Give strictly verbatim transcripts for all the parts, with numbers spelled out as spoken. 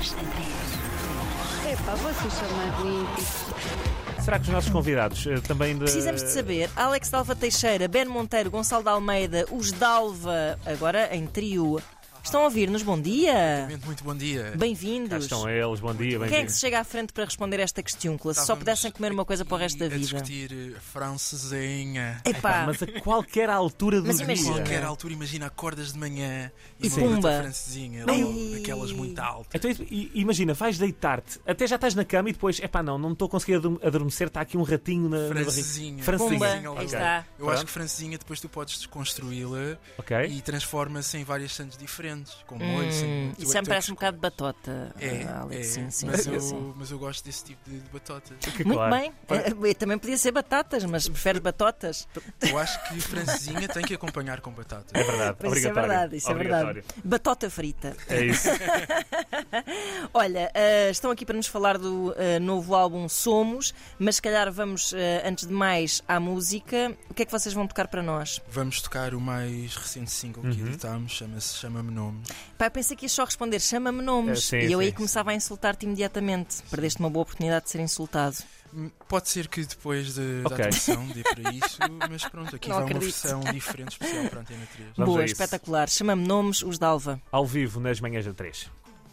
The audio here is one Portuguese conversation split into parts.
Manhãs da três. Epá, vocês são magníficos. Será que os nossos convidados eh, também de... Precisamos de saber, Alex Dalva Teixeira, Ben Monteiro, Gonçalo de Almeida, os Dalva, agora em trio, estão a ouvir-nos? Bom dia! Muito bom dia. Cá Bem-vindos! estão eles, bom dia, Quem é que bem-vindos. se chega à frente para responder esta questiúncula? Se só Estávamos pudessem comer uma coisa para o resto da A vida. discutir eh, francesinha. Epá, Mas a qualquer altura do Mas dia. imagina. Qualquer altura, imagina, acordas de manhã E e uma pumba. outra francesinha, Ei. logo, aquelas muito altas. Então, i- imagina, vais deitar-te, até já estás na cama e depois, epá, não, não estou a conseguir adorm- adormecer, está aqui um ratinho na, na barriga. Francesinha. Francesinha. Pumba, Francesinha, aí ok. está. Eu Pronto. acho que francesinha depois tu podes desconstruí-la Ok. e transforma-se em várias sandes diferentes, com Hum, molho, sem... tu- isso já me tu- parece um bocado de batota, É, ah, Alex. é, Sim, sim, mas, sim, eu, sim. mas eu gosto desse tipo de, de batatas. Que Muito claro. bem. Eh, também podia ser batatas, mas prefere batotas. Eu acho que francesinha tem que acompanhar com batatas. É verdade, Pois isso é obrigatório. verdade, isso é Obrigatório. verdade. Batota frita. É isso. Olha, eh, estão aqui para nos falar do eh, novo álbum Somos, mas se calhar vamos, eh, antes de mais, à música. O que é que vocês vão tocar para nós? Vamos tocar o mais recente single que Uhum. editámos, chama-se Chama-me Nome. Pá, eu pensei que ias só responder chama-me nomes Eh, sim, e eu aí sim, começava a insultar-te imediatamente. Perdeste uma boa oportunidade de ser insultado. Hum, Pode ser que depois de, Ok. da atuação dê para isso, mas pronto, aqui Não vai acredito. uma versão diferente, especial para a Antena três. Vamos Boa, a isso. espetacular. Chama-me nomes, os Dalva. Ao vivo nas manhãs da três.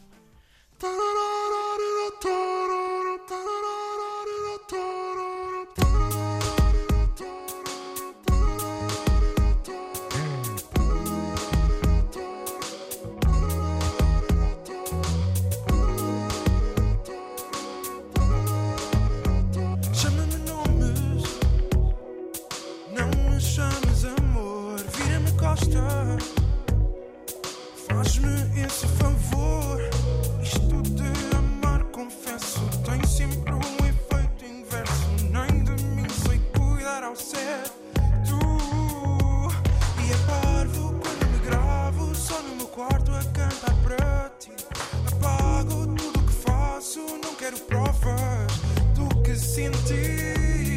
Chama-me nomes, não me chames amor, vira-me costa, faz-me esse favor. Isto de amar, confesso, tem sempre um efeito inverso. Nem de mim sei cuidar ao certo. E é parvo quando me gravo só no meu quarto a cantar para ti. Apago tudo o que faço, não quero provas do que senti.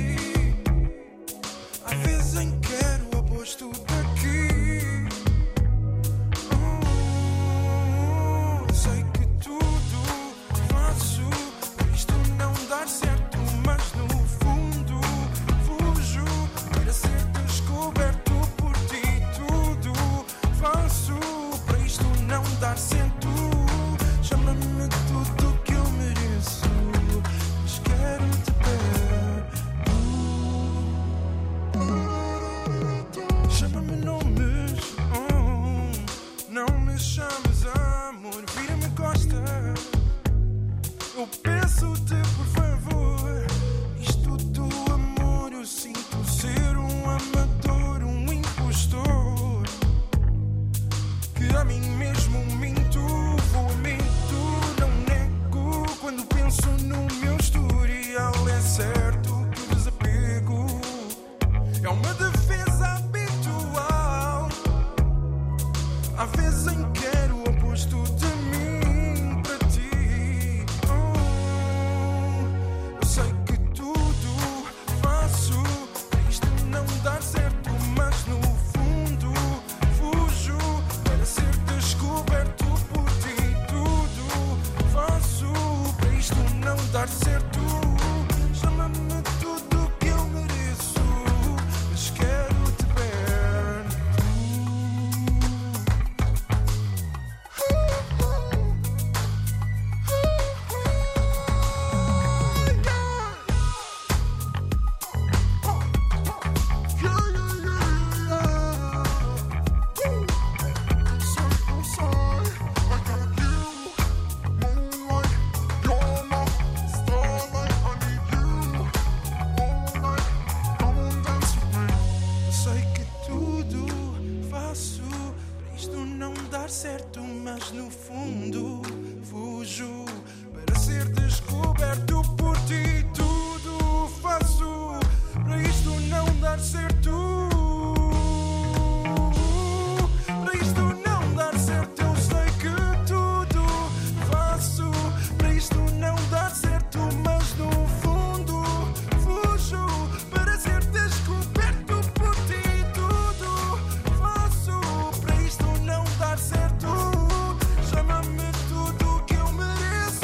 Às vezes nem quero o oposto daqui. Oh, sei que tudo faço para isto não dar certo, mas no fundo fujo para ser descoberto por ti. Tudo faço para isto não dar certo. Chama-me tudo que eu mereço, mas quero te ver. Chama-me nomes, oh, não me chames amor, vira-me costa. Eu peço-te por favor, isto do amor eu sinto ser um amador, um impostor, que a mim mesmo minto, vomito, não nego. Quando penso no meu historial é certo que o desapego é uma defesa habitual. Às vezes nem quero o oposto de mim para ti. Oh, eu sei que tudo faço para isto não dar certo, mas no fundo fujo para ser descoberto por ti. Tudo faço para isto não dar certo. Chama-me tudo que eu mereço, mas quero te ver. Eu sei que tudo faço para isto não dar certo, mas no fundo fujo para ser descoberto por ti. Tudo faço para isto não dar certo. Para isto não dar certo, eu sei que tudo faço para isto não dar certo, mas no fundo fujo para ser descoberto por ti. Tudo faço para isto não dar certo. Chama-me tudo que eu mereço.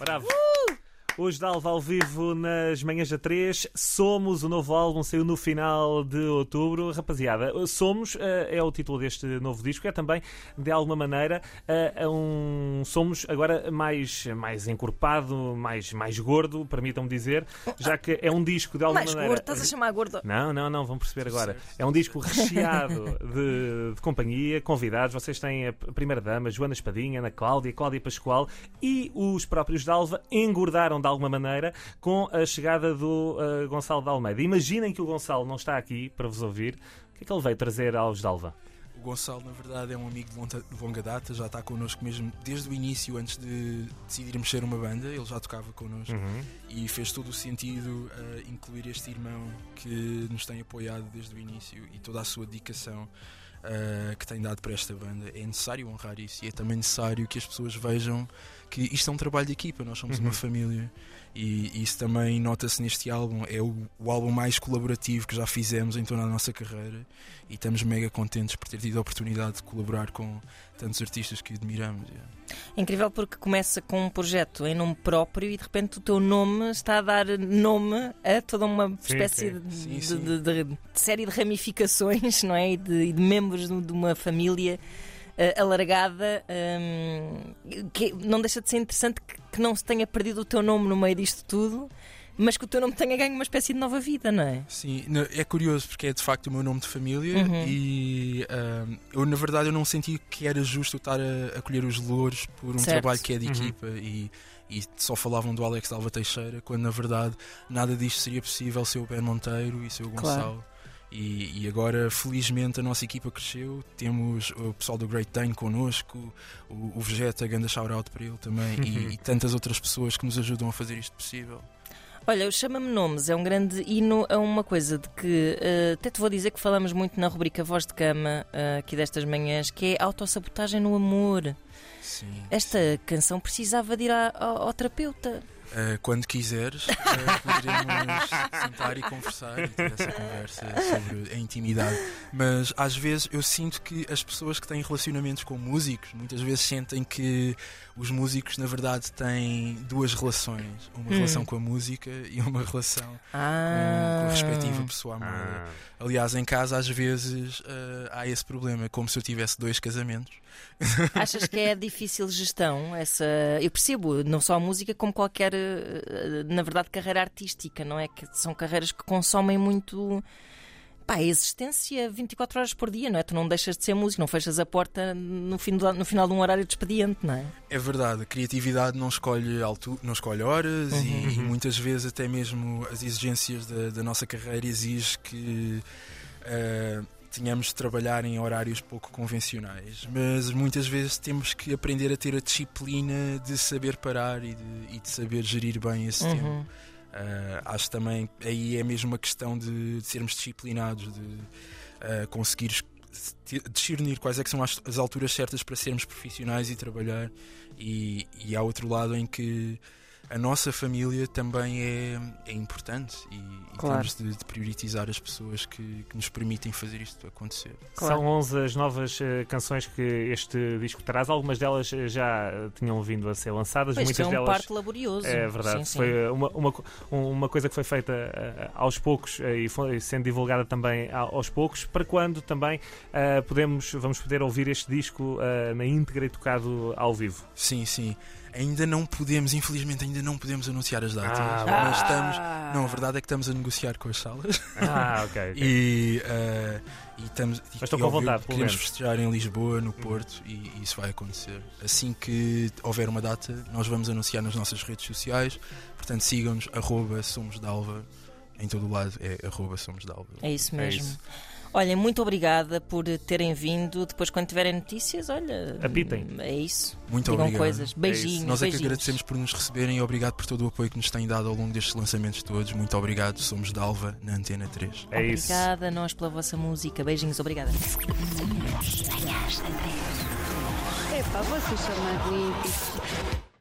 Bravo! Hoje Dalva ao vivo nas manhãs da três. Somos, o novo álbum saiu no final de outubro. Rapaziada, Somos uh, é o título deste novo disco. É também, de alguma maneira, uh, um Somos agora mais, mais encorpado, mais, mais gordo, permitam-me dizer, já que é um disco de alguma Mais maneira... gordo, estás a chamar gordo? Não, não, não, vão perceber agora. É um disco recheado de, de companhia, convidados. Vocês têm a primeira-dama, Joana Espadinha, Ana Cláudia, Cláudia Pascoal e os próprios Dalva engordaram de alguma maneira com a chegada do uh, Gonçalo de Almeida. Imaginem que o Gonçalo não está aqui para vos ouvir. O que é que ele veio trazer aos Dalva? O Gonçalo, na verdade, é um amigo de longa, de longa data, já está connosco mesmo desde o início, antes de decidirmos ser uma banda. Ele já tocava connosco Uhum. e fez todo o sentido uh, incluir este irmão que nos tem apoiado desde o início e toda a sua dedicação uh, que tem dado para esta banda. É necessário honrar isso e é também necessário que as pessoas vejam que isto é um trabalho de equipa, nós somos Uhum. uma família e isso também nota-se neste álbum. É o, o álbum mais colaborativo que já fizemos em toda a nossa carreira e estamos mega contentes por ter tido a oportunidade de colaborar com tantos artistas que admiramos. Yeah. Incrível, porque começa com um projeto em nome próprio e de repente o teu nome está a dar nome a toda uma Sim, espécie sim. de, Sim, de- sim. de- de- de série de ramificações, não é? E de, e de membros de, de uma família eh, alargada, hum, que não deixa de ser interessante que, que não se tenha perdido o teu nome no meio disto tudo, mas que o teu nome tenha ganho uma espécie de nova vida, não é? Sim, na- é curioso porque é de facto o meu nome de família Uhum. e ahm, eu na verdade eu não senti que era justo eu estar a, a colher os louros por um Certo. trabalho que é de Uhum. equipa e, e só falavam do Alex Dalva Teixeira, quando na verdade nada disto seria possível sem o Ben Monteiro e sem o Gonçalo. E, e agora, felizmente, a nossa equipa cresceu. Temos o pessoal do Great Dane connosco, o, o Vegeta, grande shout-out para ele também, e, e tantas outras pessoas que nos ajudam a fazer isto possível. Olha, o Chama-me Nomes é um grande hino a uma coisa de que eh, até te vou dizer que falamos muito na rubrica Voz de Cama eh, aqui destas manhãs, que é autossabotagem no amor. Sim, Esta canção precisava de ir à- ao, ao terapeuta. Uh, quando quiseres, uh, poderemos sentar e conversar e ter essa conversa sobre a intimidade. Mas às vezes eu sinto que as pessoas que têm relacionamentos com músicos muitas vezes sentem que os músicos na verdade têm duas relações. Uma Hum. relação com a música e uma relação com, Ah. com a respectiva pessoa amada. Ah. Aliás, em casa às vezes uh, há esse problema, como se eu tivesse dois casamentos. Achas que é difícil gestão? Essa... Eu percebo, não só a música, como qualquer, eh, na verdade, carreira artística, não é? Que são carreiras que consomem muito. Pá, a existência vinte e quatro horas por dia, não é? Tu não deixas de ser músico, não fechas a porta no, fim do, no final de um horário de expediente, não é? É verdade, a criatividade não escolhe, altu não escolhe horas Uhum. e, e muitas vezes até mesmo as exigências da, da nossa carreira exigem que uh, tenhamos de trabalhar em horários pouco convencionais, mas muitas vezes temos que aprender a ter a disciplina de saber parar e de, e de saber gerir bem esse tempo. Uhum. Uh, acho também aí é mesmo uma questão de, de sermos disciplinados, de uh, conseguir discernir quais é que são as, as alturas certas para sermos profissionais e trabalhar, e, e há outro lado em que a nossa família também é, é importante e, e Claro. temos de, de priorizar as pessoas que, que nos permitem fazer isto acontecer. Claro. São onze as novas eh, canções que este disco traz. Algumas delas eh, já eh, tinham vindo a ser lançadas, Pois, muitas foi um delas. parto laborioso. É verdade, Sim, sim. foi uma, uma, uma coisa que foi feita uh, aos poucos uh, e foi sendo divulgada também aos poucos, para quando também uh, podemos, vamos poder ouvir este disco uh, na íntegra e tocado ao vivo. Sim, sim. Ainda não podemos, infelizmente, ainda não podemos anunciar as datas, Ah, mas ah. estamos. Não, a verdade é que estamos a negociar com as salas. Ah, ok. ok. E, uh, e estamos Mas estou e com óbvio, vontade, pelo queremos menos. festejar em Lisboa, no Porto, e, e isso vai acontecer. Assim que houver uma data, nós vamos anunciar nas nossas redes sociais. Portanto, sigam-nos, arroba Somos Dalva. Em todo o lado é arroba Somos Dalva. É isso É mesmo. isso. Olhem, muito obrigada por terem vindo. Depois, quando tiverem notícias, olha. Apitem. É isso. Muito Digam obrigado. coisas. Beijinhos. Nós é que beijinhos. agradecemos por nos receberem e obrigado por todo o apoio que nos têm dado ao longo destes lançamentos todos. Muito obrigado. Somos Dalva na Antena três. É isso. Obrigada a nós pela vossa música. Beijinhos, obrigada. Epá, vocês são magníficos.